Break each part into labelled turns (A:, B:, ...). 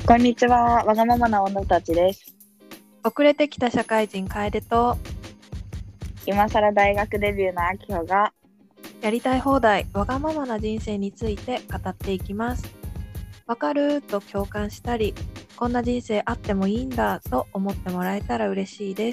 A: こんにちは、わがままな女たちです。
B: 遅れてきた社会人楓と
A: 今更大学デビューのあきほが
B: やりたい放題わがままな人生について語っていきます。わかると共感したり、こんな人生あってもいいんだと思ってもらえたら嬉しいです。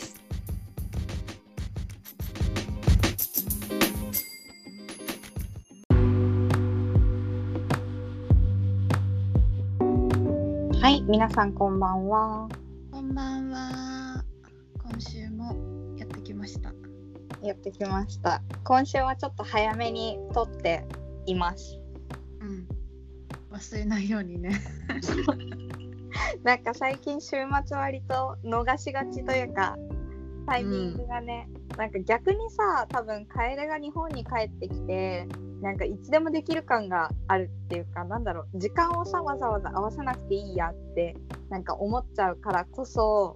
A: はい、皆さんこんばんは。
C: こんばんは。今週もやってきました。
A: 今週はちょっと早めに撮っています。
C: 忘れないようにね。
A: なんか最近週末割と逃しがちというか、タイミングがね、なんか逆にさ、多分楓が日本に帰ってきて、なんかいつでもできる感があるっていうか、なんだろう、時間をさわざわざ合わせなくていいやってなんか思っちゃうからこそ、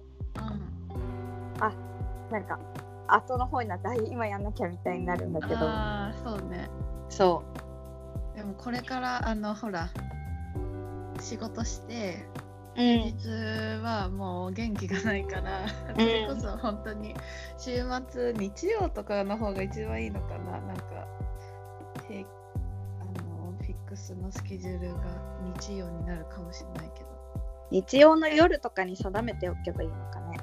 A: なんか後の方になって今やんなきゃみたいになるんだけど。
C: そうね。
A: そう。
C: でもこれからほら仕事して、平日はもう元気がないから、それこそ本当に週末日曜とかの方が一番いいのかな。なんかフィックスのスケジュールが日曜になるかもしれないけど、
A: 日曜の夜とかに定めておけばいいのかね。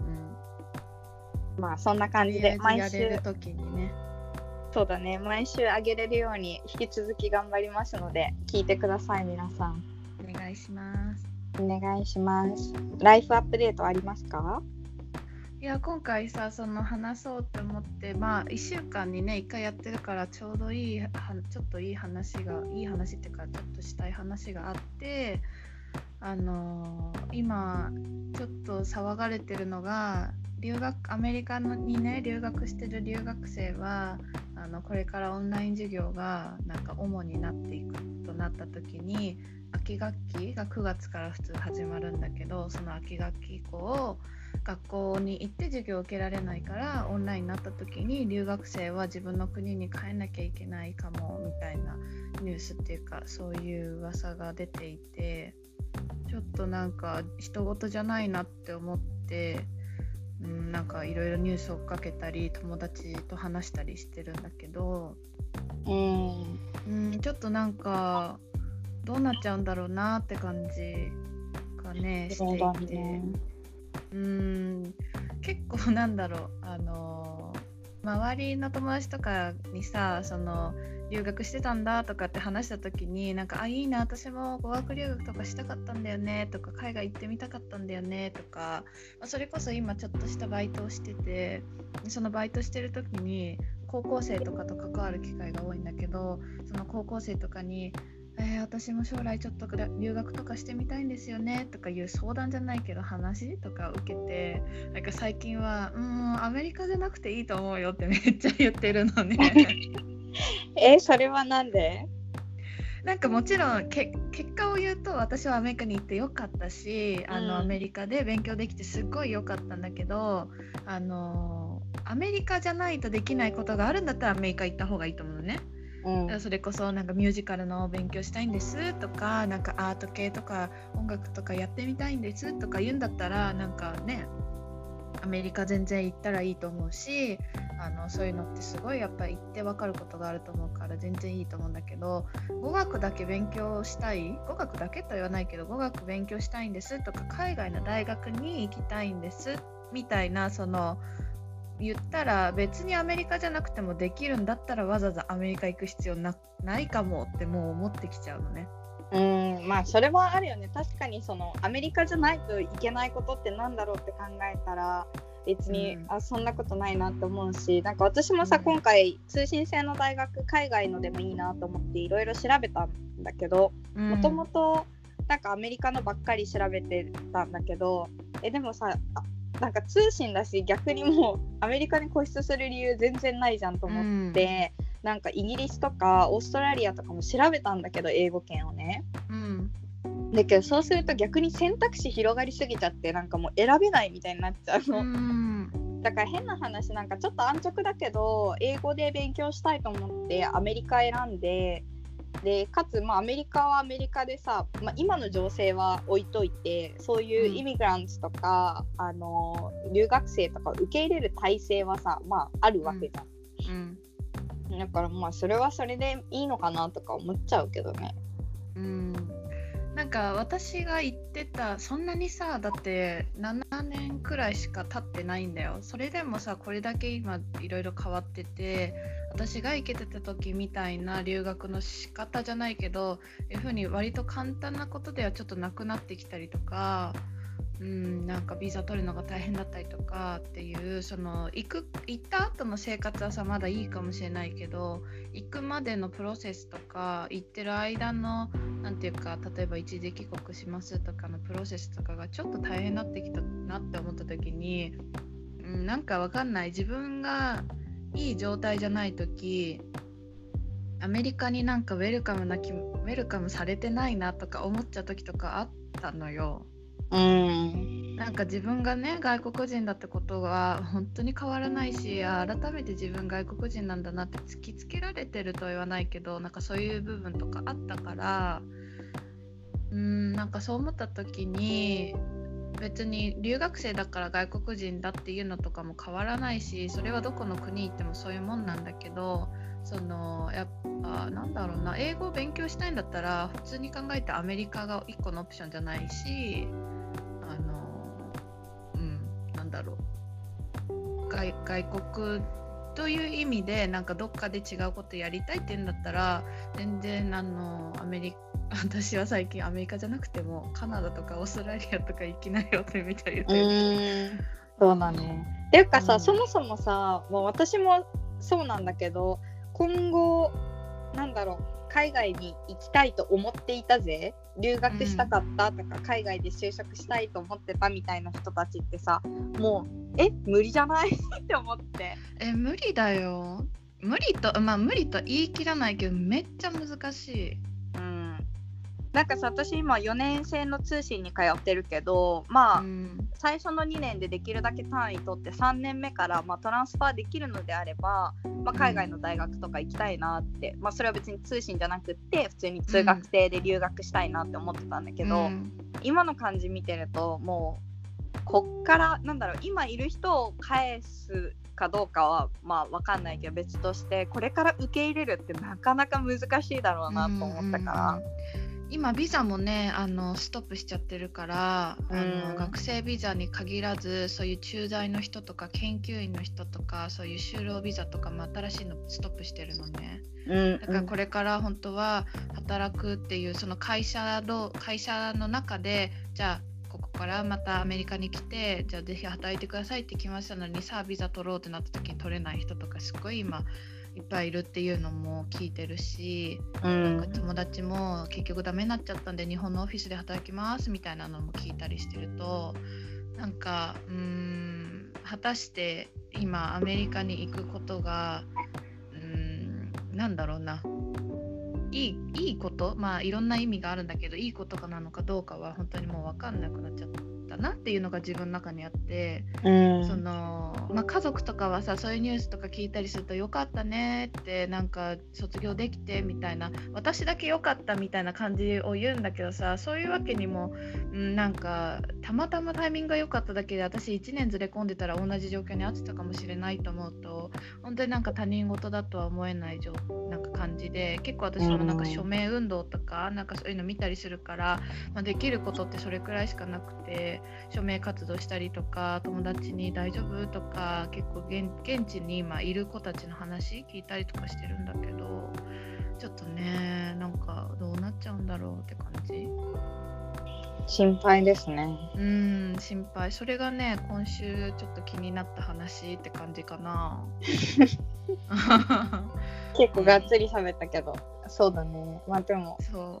A: まあそんな感じで
C: 毎週やれる時にね。
A: そうだね、毎週あげれるように引き続き頑張りますので、聞いてください。皆さん
C: お願いします。
A: お願いします。ライフアップデートありますか？
C: いや、今回さ、その話そうって思って、1週間にね1回やってるから、ちょうどいいちょっといい話っていうか、ちょっとしたい話があって、今ちょっと騒がれてるのが、アメリカにね留学してる留学生はこれからオンライン授業がなんか主になっていくとなった時に、秋学期が9月から普通始まるんだけど、その秋学期以降学校に行って授業を受けられないから、オンラインになった時に留学生は自分の国に帰んなきゃいけないかもみたいなニュースっていうか、そういう噂が出ていて、ちょっとなんか人事じゃないなって思って、なんかいろいろニュースを追っかけたり友達と話したりしてるんだけど、ちょっとなんかどうなっちゃうんだろうなって感じがねしていて、結構なんだろう、周りの友達とかにさ、その留学してたんだとかって話した時に、なんかいいな、私も語学留学とかしたかったんだよねとか、海外行ってみたかったんだよねとか、それこそ今ちょっとしたバイトをしてて、そのバイトしてる時に高校生とかと関わる機会が多いんだけど、その高校生とかに私も将来ちょっと留学とかしてみたいんですよねとかいう相談じゃないけど話とか受けて、なんか最近はアメリカじゃなくていいと思うよってめっちゃ言ってるのね。
A: それはなんで？
C: なんかもちろん結果を言うと、私はアメリカに行ってよかったし、アメリカで勉強できてすごいよかったんだけど、アメリカじゃないとできないことがあるんだったらアメリカ行った方がいいと思うのね。それこそなんかミュージカルの勉強したいんですとか、なんかアート系とか音楽とかやってみたいんですとか言うんだったら、なんかねアメリカ全然行ったらいいと思うし、そういうのってすごいやっぱり行って分かることがあると思うから全然いいと思うんだけど、語学だけ勉強したい、語学だけとは言わないけど語学勉強したいんですとか、海外の大学に行きたいんですみたいな、その言ったら別にアメリカじゃなくてもできるんだったら、わざわざアメリカ行く必要ないかもってもう思ってきちゃうのね。
A: まあそれはあるよね。確かにそのアメリカじゃないといけないことってなんだろうって考えたら、別に、そんなことないなって思うし、なんか私もさ、今回通信制の大学、海外のでもいいなと思っていろいろ調べたんだけど、もともとなんかアメリカのばっかり調べてたんだけど、でもさ、なんか通信だし、逆にもうアメリカに固執する理由全然ないじゃんと思って、なんかイギリスとかオーストラリアとかも調べたんだけど、英語圏をね、だけどそうすると逆に選択肢広がりすぎちゃって、なんかもう選べないみたいになっちゃうの。だから変な話、なんかちょっと安直だけど英語で勉強したいと思ってアメリカ選んで、 でかつ、アメリカはアメリカでさ、今の情勢は置いといて、そういうイミグランツとか、留学生とか受け入れる体制はさ、あるわけじゃん。だからそれはそれでいいのかなとか思っちゃうけどね。
C: なんか私が言ってた、そんなにさ、だって7年くらいしか経ってないんだよ。それでもさ、これだけ今いろいろ変わってて、私が行けてた時みたいな留学の仕方じゃないけど、いうふうに割と簡単なことではちょっとなくなってきたりとか、なんかビザ取るのが大変だったりとかっていう、その行った後の生活はさまだいいかもしれないけど、行くまでのプロセスとか行ってる間のなんていうか、例えば一時帰国しますとかのプロセスとかがちょっと大変になってきたなって思った時に、なんかわかんない、自分がいい状態じゃない時、アメリカになんかウェルカムされてないなとか思っちゃう時とかあったのよ。なんか自分がね外国人だってことは本当に変わらないし、改めて自分外国人なんだなって突きつけられてるとは言わないけど、なんかそういう部分とかあったから、なんかそう思った時に、別に留学生だから外国人だっていうのとかも変わらないし、それはどこの国行ってもそういうもんなんだけど、そのやっぱなんだろうな、英語を勉強したいんだったら普通に考えてアメリカが1個のオプションじゃないし、なんだろう、外国という意味でなんかどっかで違うことやりたいって言うんだったら、全然私は最近アメリカじゃなくてもカナダとかオーストラリアとか行きなよってみたい言ってる。
A: そうだね。っていうかさ、そもそもさ、もう私もそうなんだけど、今後なんだろう、海外に行きたいと思っていたぜ、留学したかったとか、海外で就職したいと思ってたみたいな人たちってさ、もう無理じゃないって思って。
C: 無理だよ。無理と言い切らないけど、めっちゃ難しい。
A: なんかさ、私今4年生の通信に通ってるけど、最初の2年でできるだけ単位取って3年目からトランスファーできるのであれば、海外の大学とか行きたいなって、それは別に通信じゃなくって普通に通学生で留学したいなって思ってたんだけど、今の感じ見てるともうこっからなんだろう、今いる人を返すかどうかは分かんないけど別として、これから受け入れるってなかなか難しいだろうなと思ったから、
C: 今ビザもねストップしちゃってるから、学生ビザに限らず、そういう駐在の人とか研究員の人とか、そういう就労ビザとかも新しいのストップしてるのね。だからこれから本当は働くっていう、その会社の中で、じゃあここからまたアメリカに来て、じゃあぜひ働いてくださいって来ましたのに、さあビザ取ろうってなった時に取れない人とかすごい今いっぱいいるっていうのも聞いてるし、なんか友達も結局ダメになっちゃったんで日本のオフィスで働きますみたいなのも聞いたりしてると、なんか果たして今アメリカに行くことがなんだろうな、いいこと、いろんな意味があるんだけど、いいことかなのかどうかは本当にもう分かんなくなっちゃったなっていうのが自分の中にあって、その家族とかはさ、そういうニュースとか聞いたりすると、よかったねって、なんか卒業できてみたいな、私だけよかったみたいな感じを言うんだけどさ、そういうわけにも、なんかたまたまタイミングが良かっただけで、私1年ずれ込んでたら同じ状況にあってたかもしれないと思うと、本当になんか他人事だとは思えないなんか感じで、結構私もなんか署名運動とかなんかそういうの見たりするから、できることってそれくらいしかなくて、署名活動したりとか、友達に大丈夫とか、結構現地に今いる子たちの話聞いたりとかしてるんだけど、ちょっとね、なんかどうなっちゃうんだろうって感じ。
A: 心配ですね。
C: 心配。それがね、今週ちょっと気になった話って感じかな。
A: 結構がっつり喋ったけど、そうだね。でも
C: そう、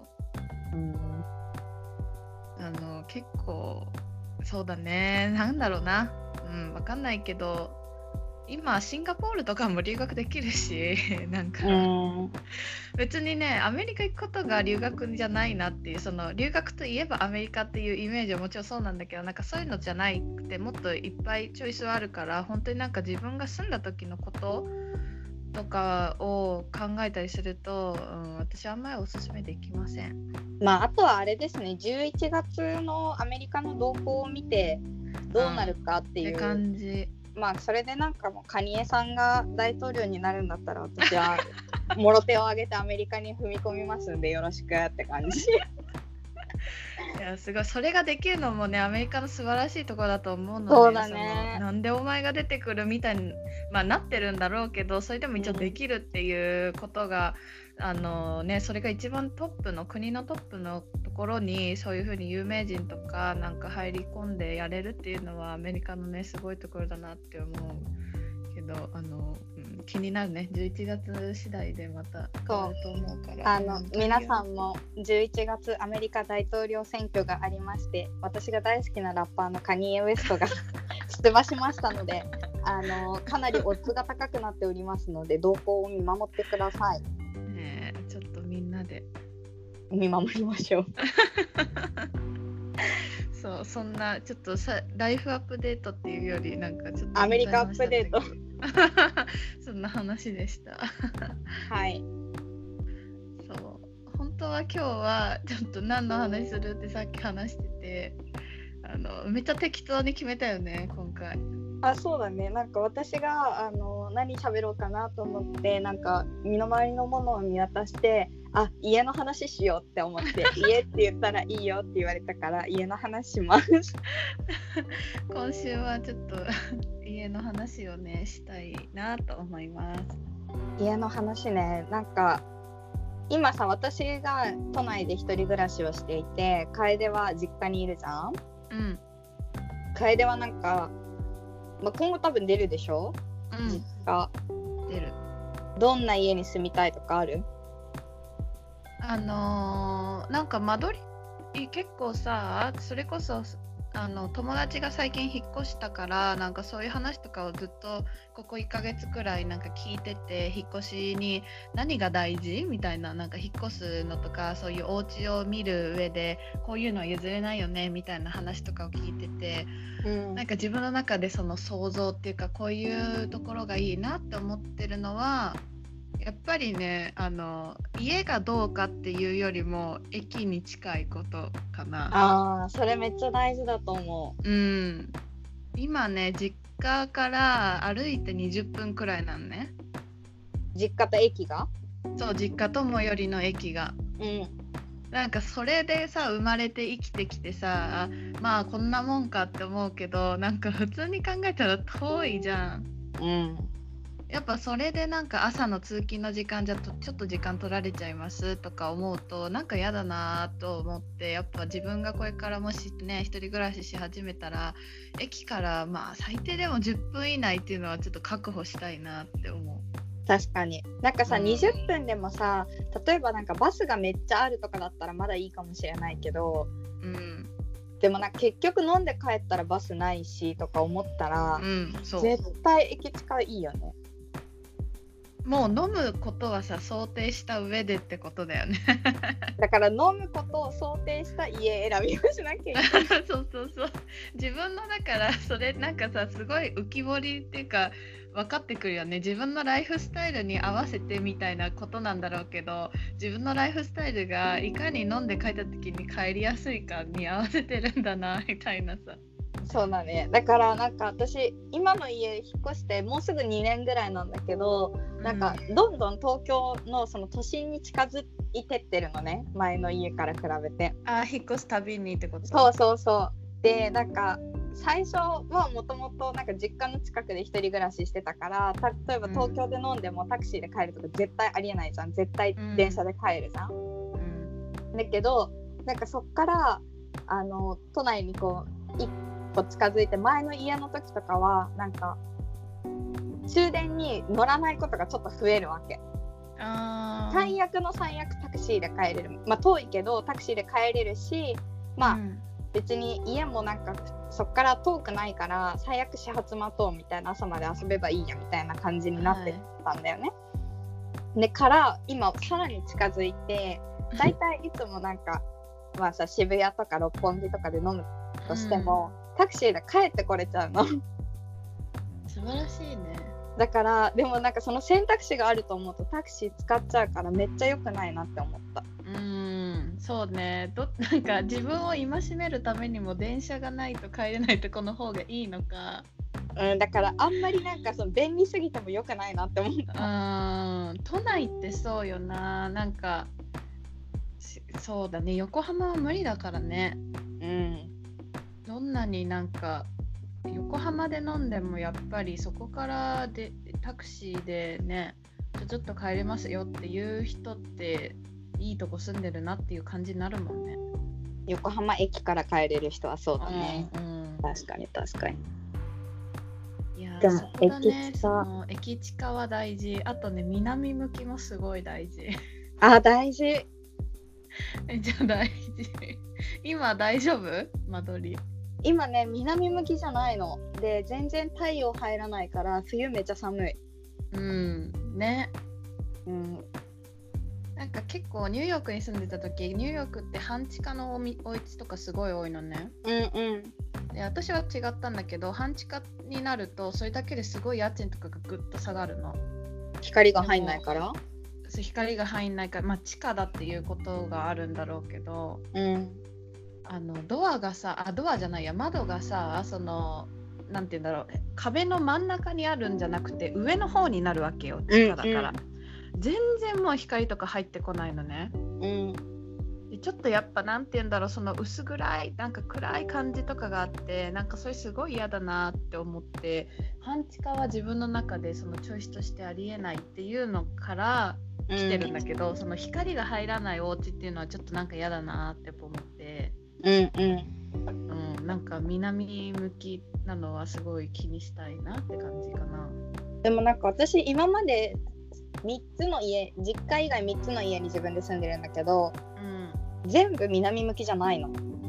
C: 結構そうだね、なんだろうな、わかんないけど、今シンガポールとかも留学できるし、なんか別にね、アメリカ行くことが留学じゃないなっていう、その留学といえばアメリカっていうイメージはもちろんそうなんだけど、なんかそういうのじゃなくて、もっといっぱいチョイスはあるから、本当になんか自分が住んだ時のこととかを考えたりすると、私あんまりおすすめできません。
A: まああとはあれですね、11月のアメリカの動向を見てどうなるかっていう、
C: 感じ。
A: まあそれでなんかもうカニエさんが大統領になるんだったら私はもろ手を挙げてアメリカに踏み込みますんでよろしくって感じ。
C: いやすごい、それができるのもねアメリカの素晴らしいところだと思うので、
A: そうだね、
C: なんでお前が出てくるみたいに、なってるんだろうけど、それでも一応できるっていうことが、それが一番トップの国のトップのところにそういうふうに有名人とかなんか入り込んでやれるっていうのはアメリカのねすごいところだなって思うけど、気になるね。11月次第でまた変わると思うから。
A: 皆さんも11月アメリカ大統領選挙がありまして、私が大好きなラッパーのカニエ・ウエストが出馬しましたので、かなりオッズが高くなっておりますので動向を見守ってください。
C: ねえ、ちょっとみんなで
A: 見守りましょう。
C: そう、そんなちょっとライフアップデートっていうよりなんかちょっと
A: アメリカアップデート
C: そんな話でした。
A: はい。
C: そう、本当は今日はちょっと何の話するってさっき話してて、めっちゃ適当に決めたよね今回。
A: あ、そうだね。なんか私が何喋ろうかなと思って、なんか身の回りのものを見渡して、家の話しようって思って家って言ったらいいよって言われたから家の話します。
C: 今週はちょっと家の話をねしたいなと思います。
A: 家の話ね、なんか今さ、私が都内で一人暮らしをしていて、楓は実家にいるじゃん。楓はなんか、今後多分出るでしょ、実家。
C: 出る。ど
A: んな家に住みたいとかある？
C: なんか間取り結構さ、それこそ友達が最近引っ越したから、なんかそういう話とかをずっとここ1ヶ月くらいなんか聞いてて、引っ越しに何が大事みたいな、なんか引っ越すのとかそういうお家を見る上でこういうのは譲れないよねみたいな話とかを聞いてて、なんか自分の中でその想像っていうか、こういうところがいいなって思ってるのはやっぱりね、家がどうかっていうよりも駅に近いことかな。
A: それめっちゃ大事だと思う。
C: 今ね、実家から歩いて20分くらいなんね。
A: 実家と駅が？
C: そう、実家と最寄りの駅が。なんかそれでさ、生まれて生きてきてさ、こんなもんかって思うけど、なんか普通に考えたら遠いじゃん。やっぱそれでなんか朝の通勤の時間じゃちょっと時間取られちゃいますとか思うとなんか嫌だなと思って、やっぱ自分がこれからもしね一人暮らしし始めたら駅から最低でも10分以内っていうのはちょっと確保したいなって思う。
A: 確かに。なんかさ、20分でもさ、例えばなんかバスがめっちゃあるとかだったらまだいいかもしれないけど、でもなんか結局飲んで帰ったらバスないしとか思ったら、絶対駅近いよね。
C: もう飲むことはさ想定した上でってことだよね。
A: だから飲むことを想定した家選びをしなきゃいけない。
C: そう自分のだからそれなんかさすごい浮き彫りっていうか分かってくるよね。自分のライフスタイルに合わせてみたいなことなんだろうけど、自分のライフスタイルがいかに飲んで帰った時に帰りやすいかに合わせてるんだなみたいなさ。
A: そうだね。だからなんか私今の家引っ越してもうすぐ2年ぐらいなんだけど、なんかどんどん東京のその都心に近づいてってるのね、前の家から比べて。
C: 引っ越すたびにってこと？
A: そうで、なんか最初はもともとなんか実家の近くで一人暮らししてたから、例えば東京で飲んでもタクシーで帰るとか絶対ありえないじゃん。絶対電車で帰るじゃん。だけどなんかそっから都内にこう一歩近づいて、前の家の時とかはなんか終電に乗らないことがちょっと増えるわけ。最悪タクシーで帰れる。遠いけどタクシーで帰れるし、別に家もなんかそっから遠くないから最悪始発待とうみたいな、朝まで遊べばいいやみたいな感じになってたんだよね。でから今さらに近づいて、だいたいいつもなんかさ渋谷とか六本木とかで飲むとしても、タクシーで帰ってこれちゃうの。
C: 素晴らしいね。
A: だからでもなんかその選択肢があると思うとタクシー使っちゃうからめっちゃ良くないなって思った。
C: そうね。なんか自分を戒めるためにも電車がないと帰れないとこの方がいいのか。
A: だからあんまりなんかその便利すぎても良くないなって思った。
C: 都内ってそうよな。なんかそうだね。横浜は無理だからね。どんなになんか横浜で飲んでもやっぱりそこからでタクシーでねちょっと帰れますよっていう人っていいとこ住んでるなっていう感じになるもんね。
A: 横浜駅から帰れる人はそうだね。確かに確かに。
C: いやでもそこだね、その駅近は大事。あとね南向きもすごい大事。
A: 大事。
C: じゃあ大事。今大丈夫？間取り。
A: 今ね南向きじゃないので全然太陽入らないから冬めっちゃ寒い。
C: ね。なんか結構ニューヨークに住んでた時ニューヨークって半地下のお家とかすごい多いのね。で私は違ったんだけど半地下になるとそれだけですごい家賃とかがぐっと下がるの。
A: 光が入んないから。
C: 光が入んないから、地下だっていうことがあるんだろうけど、ドアがさドアじゃないや窓がさそのなんて言うんだろう壁の真ん中にあるんじゃなくて上の方になるわけよ地下だから、全然もう光とか入ってこないのね。でちょっとやっぱなんて言うんだろうその薄暗いなんか暗い感じとかがあってなんかそれすごい嫌だなって思って半地下は自分の中でそのチョイスとしてありえないっていうのから来てるんだけど、その光が入らないお家っていうのはちょっとなんか嫌だなって思って、なんか南向きなのはすごい気にしたいなって感じかな。
A: でもなんか私今まで3つの家実家以外3つの家に自分で住んでるんだけど、全部南向きじゃないの。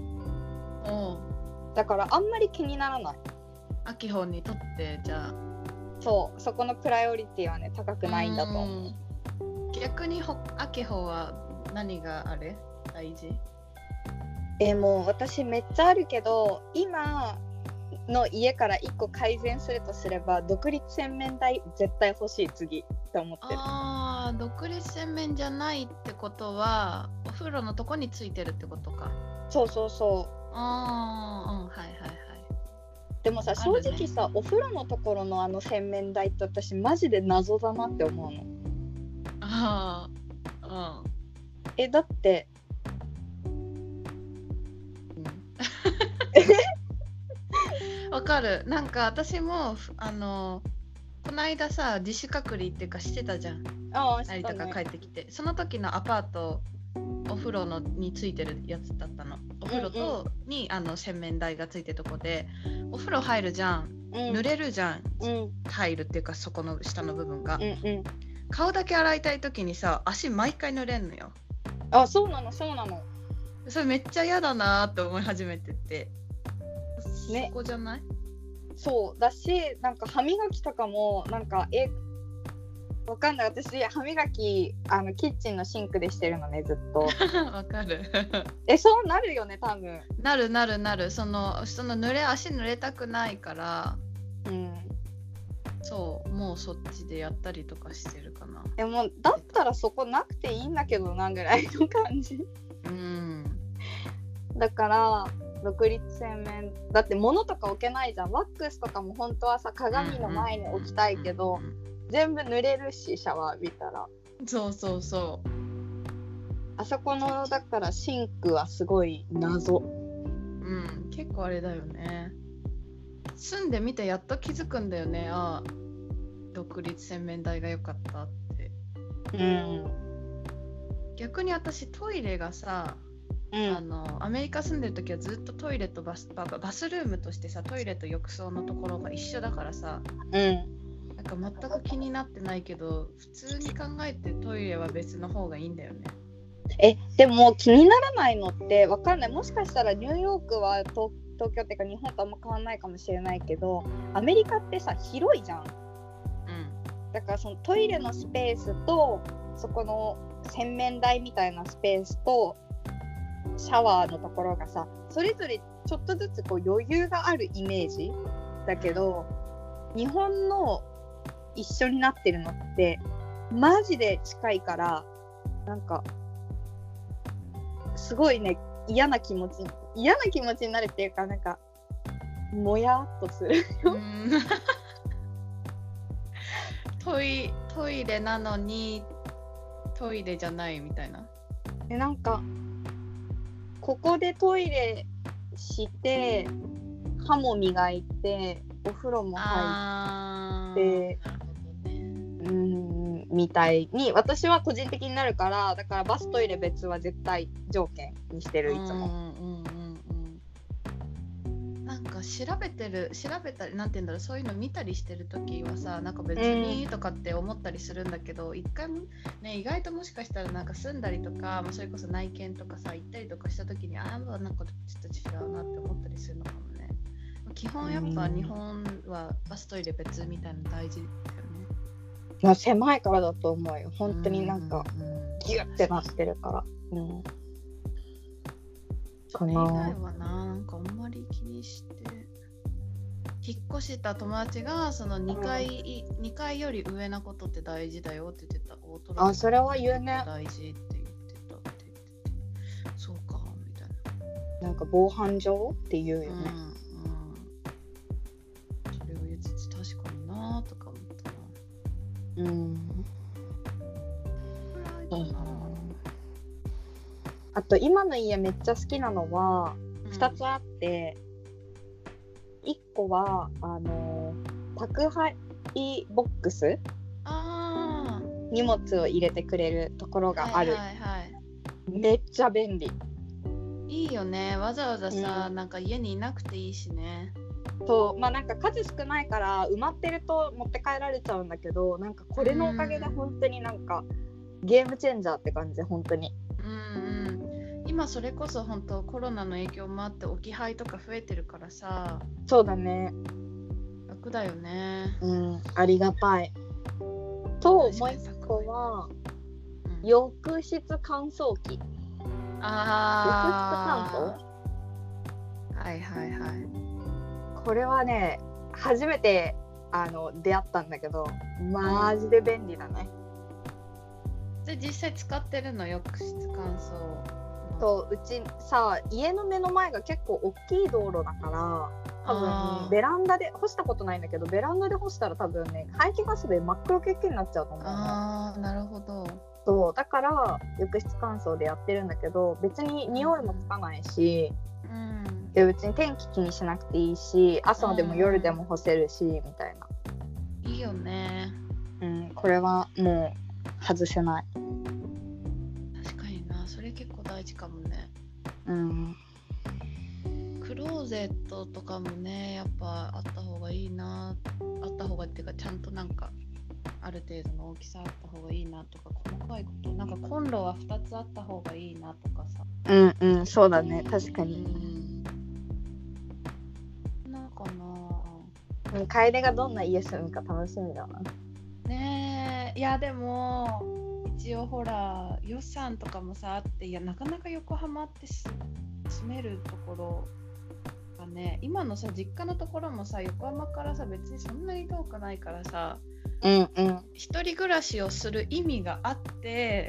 A: だからあんまり気にならない。
C: 秋穂にとってじゃあ
A: そこのプライオリティはね高くないんだと思う。
C: 逆に秋穂は何があれ大事？
A: もう私めっちゃあるけど今の家から1個改善するとすれば独立洗面台絶対欲しい次って思ってる。
C: 独立洗面じゃないってことはお風呂のとこについてるってことか。
A: そう
C: はいはいはい。
A: でもさ正直さ、お風呂のところの洗面台って私マジで謎だなって思うの。だって
C: わかる。なんか私もこの間さ自主隔離っていうかしてたじゃん。成田から帰ってきて、その時のアパートお風呂についてるやつだったの。お風呂に洗面台がついてるとこでお風呂入るじゃん、濡れるじゃん、タイルっていうかそこの下の部分が、顔だけ洗いたい時にさ足毎回濡れんのよ。
A: そうなのそ
C: れめっちゃ嫌だなって思い始めてて、
A: ね、
C: そこじゃない？
A: そうだしなんか歯磨きとかもなんかわかんない。私歯磨きキッチンのシンクでしてるのねずっと。
C: わかる。
A: そうなるよね多分。
C: なる。その足濡れたくないから。そうもうそっちでやったりとかしてるかな。
A: でもだったらそこなくていいんだけどなぐらいの感じ。だから独立洗面だって物とか置けないじゃん。ワックスとかも本当はさ鏡の前に置きたいけど、全部濡れるしシャワー浴びたら。
C: そう
A: あそこのだからシンクはすごい謎。
C: 結構あれだよね。住んでみてやっと気づくんだよね。独立洗面台が良かったって。逆に私トイレがさ、アメリカ住んでる時はずっとトイレとバスルームとしてさトイレと浴槽のところが一緒だからさ、なんか全く気になってないけど普通に考えてトイレは別の方がいいんだよね。
A: でも気にならないのってわかんない。もしかしたらニューヨークは東京っていうか日本とあんま変わんないかもしれないけどアメリカってさ広いじゃん。だからそのトイレのスペースとそこの洗面台みたいなスペースとシャワーのところがさそれぞれちょっとずつこう余裕があるイメージだけど日本の一緒になってるのってマジで近いから、なんかすごいね嫌な気持ちになるっていうか、なんかもやっとするよ。
C: トイレなのにトイレじゃないみたいな。
A: なんかここでトイレして歯も磨いてお風呂も入って、みたいに私は個人的になるから、だからバストイレ別は絶対条件にしてるいつも。
C: なんか調べたりなんて言うんだろう、そういうの見たりしてるときはさ、なんか別にとかって思ったりするんだけど、一回もね、意外ともしかしたらなんか住んだりとか、それこそ内見とかさ行ったりとかしたときに、なんかちょっと違うなって思ったりするのかもね。基本やっぱ日本はバストイレ別みたいなの大事だよね。
A: 狭いからだと思うよ。本当になんかギュッてなってるから。
C: それ以外はなんかあんまり気にして、引っ越した友達がその2階より上なことって大事だよって言ってた。
A: それは言うね。
C: 大事って言ってたって言ってて、そうかみたいな。
A: なんか防犯上って言うよね。
C: それを言ってて確かになとか思ったな。
A: あと今の家めっちゃ好きなのは2つあって、1個は宅配ボックス、荷物を入れてくれるところがある。めっちゃ便利。
C: いいよね。わざわざさ、なんか家にいなくていいしね。
A: そう、なんか数少ないから埋まってると持って帰られちゃうんだけど、なんかこれのおかげで本当になんかゲームチェンジャーって感じ。本当に
C: 今それこそ本当コロナの影響もあって置き配とか増えてるからさ。
A: そうだね、
C: 楽だよね。
A: ありがたい。ともう一個は浴室乾燥機。浴室乾燥、これはね初めて出会ったんだけど、マジで便利だね。
C: で実際使ってるの？浴室乾燥。
A: うちさ、家の目の前が結構大きい道路だから、多分ベランダで干したことないんだけど、ベランダで干したら多分ね排気ガスで真っ黒けっけになっちゃうと思う。
C: なるほど。
A: そうだから浴室乾燥でやってるんだけど、別に匂いもつかないし、で別に天気気にしなくていいし、朝でも夜でも干せるしみたいな。
C: いいよね。
A: これはもう外せない。
C: 確かにな、それ結構大事かもね。クローゼットとかもね、やっぱあった方がいいな。あった方がっていうか、ちゃんとなんかある程度の大きさあった方がいいなとか、細かいこと、なんかコンロは2つあった方がいいなとかさ。
A: そうだね、確かに。
C: なんかな、
A: 楓がどんな家住むか楽しみだな。
C: ねえ、いやでも一応ほら予算とかもさあって、いやなかなか横浜って住めるところがね、今のさ実家のところもさ横浜からさ別にそんなに遠くないからさ、一人暮らしをする意味があって、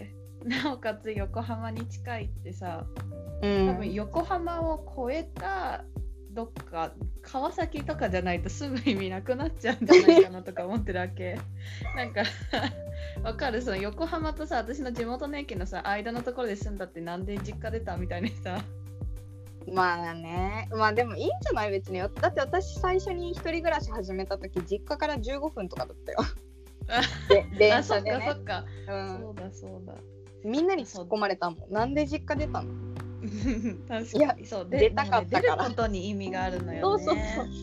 C: なおかつ横浜に近いってさ、多分横浜を越えたどっか川崎とかじゃないと住む意味なくなっちゃうんじゃないかなとか思ってるわけ。なんかわかる、その横浜とさ私の地元の駅のさ間のところで住んだってなんで実家出たみたいにさ。
A: まあね、でもいいんじゃない別に。だって私最初に一人暮らし始めた時実家から15分とかだったよ。電車でね。
C: そっか、そうだ。
A: みんなに突っ込まれたもん。なんで実家出たの？
C: 確かにそう、
A: 出たかったから。
C: 出ることに意味があるのよね。そう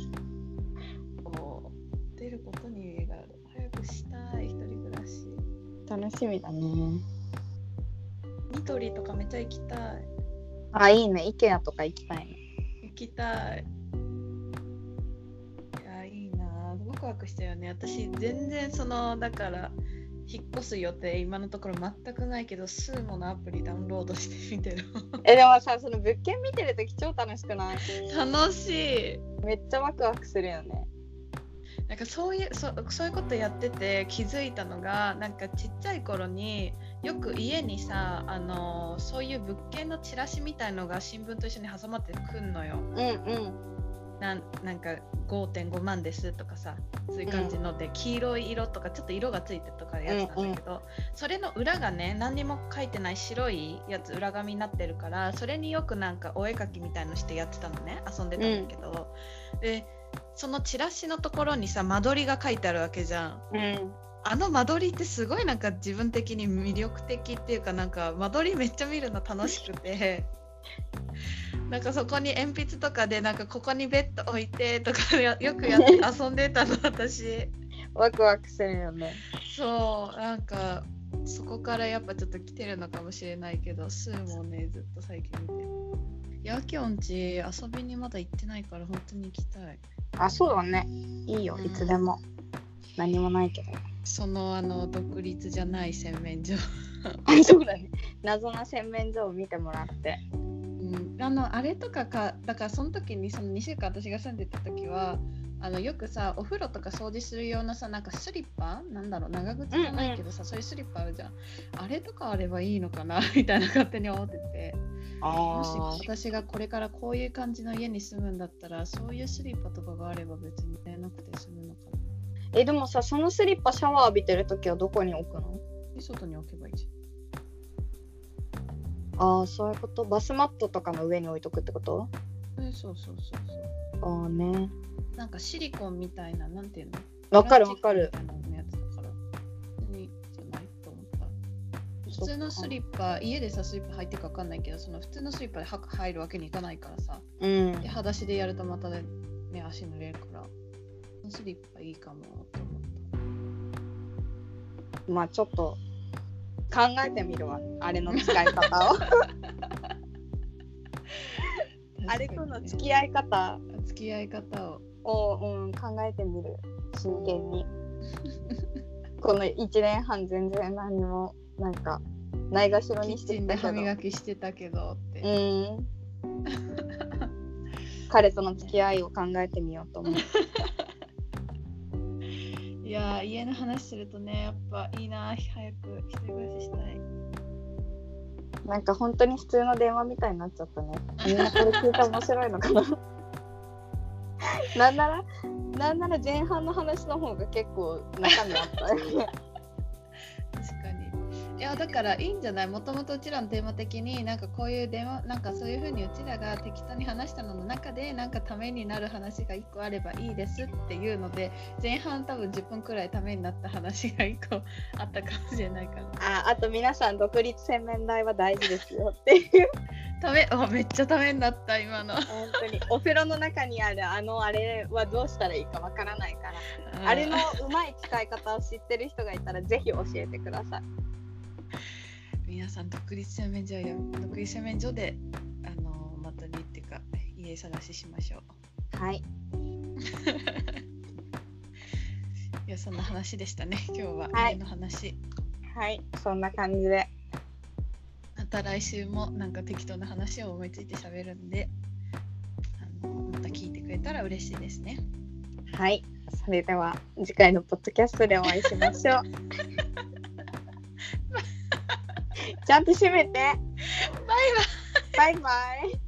C: 出ることに意味がある。早くしたい、一人暮らし。
A: 楽しみだね。
C: ニトリとかめっちゃ行きたい。
A: いいね。IKEAとか行きたいね。
C: 行きたい。いや、いいな。ワクワクしたよね。私全然だから引っ越す予定今のところ全くないけど、スーモのアプリダウンロードしてみてる。
A: でもさ、その物件見てるとき超楽しくない？
C: 楽しい。
A: めっちゃワクワクするよね。
C: なんかそういうことやってて気づいたのが、なんかちっちゃい頃によく家にさ、そういう物件のチラシみたいのが新聞と一緒に挟まってくんのよ。なんか 5.5 万ですとかさ、そういう感じので、黄色い色とかちょっと色がついてとかやつなんだけど、それの裏がね、何にも書いてない白いやつ、裏紙になってるから、それによくなんかお絵描きみたいのしてやってたのね、遊んでたんだけど、でそのチラシのところにさ、間取りが書いてあるわけじゃん。あの間取りってすごいなんか自分的に魅力的っていうか、なんか間取りめっちゃ見るの楽しくてなんかそこに鉛筆とかでなんかここにベッド置いてとかよくやって遊んでたの私。
A: ワクワクするよね。
C: そう、なんかそこからやっぱちょっと来てるのかもしれないけど、スーもねずっと最近見てる。ヤキョンち遊びにまだ行ってないから本当に行きたい。
A: あ、そうだね。いいよ、いつでも。何もないけど。
C: その独立じゃない洗面所
A: そうだね。謎な洗面所を見てもらって。
C: あれとかだからその時にその2週間私が住んでた時はよくさ、お風呂とか掃除するようなさ、なんかスリッパなんだろう、長靴じゃないけどさ、そういうスリッパあるじゃん。あれとかあればいいのかなみたいな勝手に思ってて、もし私がこれからこういう感じの家に住むんだったら、そういうスリッパとかがあれば別に寝なくて済むのかな。
A: でもさ、そのスリッパシャワー浴びてる時はどこに置くの？
C: 外に置けばいいじ
A: ゃん。そういうこと。バスマットとかの上に置いとくってこと？
C: そう。
A: ね。
C: なんかシリコンみたいな、なんていうの？
A: わかるわかる。
C: やつだから普通にじゃないと思った。普通のスリッパ、家でさスリッパ入ってるかわかんないけど、その普通のスリッパで入るわけにいかないからさ。で裸足でやるとまたね足濡れるから、スリッパいいかもと思った。
A: まあちょっと考えてみるわ、あれの使い方を。あれとの付き合い方を、考えてみる、真剣に。この1年半全然何もなんかないがしろにしてたけど、
C: キッチンで歯磨きしてたけどって。
A: 彼との付き合いを考えてみようと思う。
C: いや、家の話するとね、やっぱいいな、早く一人暮らししたい。
A: なんか本当に普通の電話みたいになっちゃったね。みんなこれ聞いて面白いのかな。なんなら前半の話の方が結構中身あったよね。
C: 確かに。いやだからいいんじゃない？もともとうちらのテーマ的になんかこういう電話、なんかそういう風にうちらが適当に話したのの中でなんかためになる話が1個あればいいですっていうので、前半多分10分くらいためになった話が1個あったかもしれないから。
A: あと皆さん独立洗面台は大事ですよっていう。
C: めっちゃためになった今の。
A: 本当にお風呂の中にあるあれはどうしたらいいかわからないから、あれのうまい使い方を知ってる人がいたらぜひ教えてください。
C: 皆さん独立洗面所でまたりっていうか家探ししましょう。
A: はい。
C: いやそんな話でしたね今日は、家の話。
A: はい、そんな感じで。
C: また来週もなんか適当な話を思いついて喋るんで、また聞いてくれたら嬉しいですね。
A: はい、それでは次回のポッドキャストでお会いしましょう。ちゃんと締めて。
C: バイバイ。
A: バイバイ。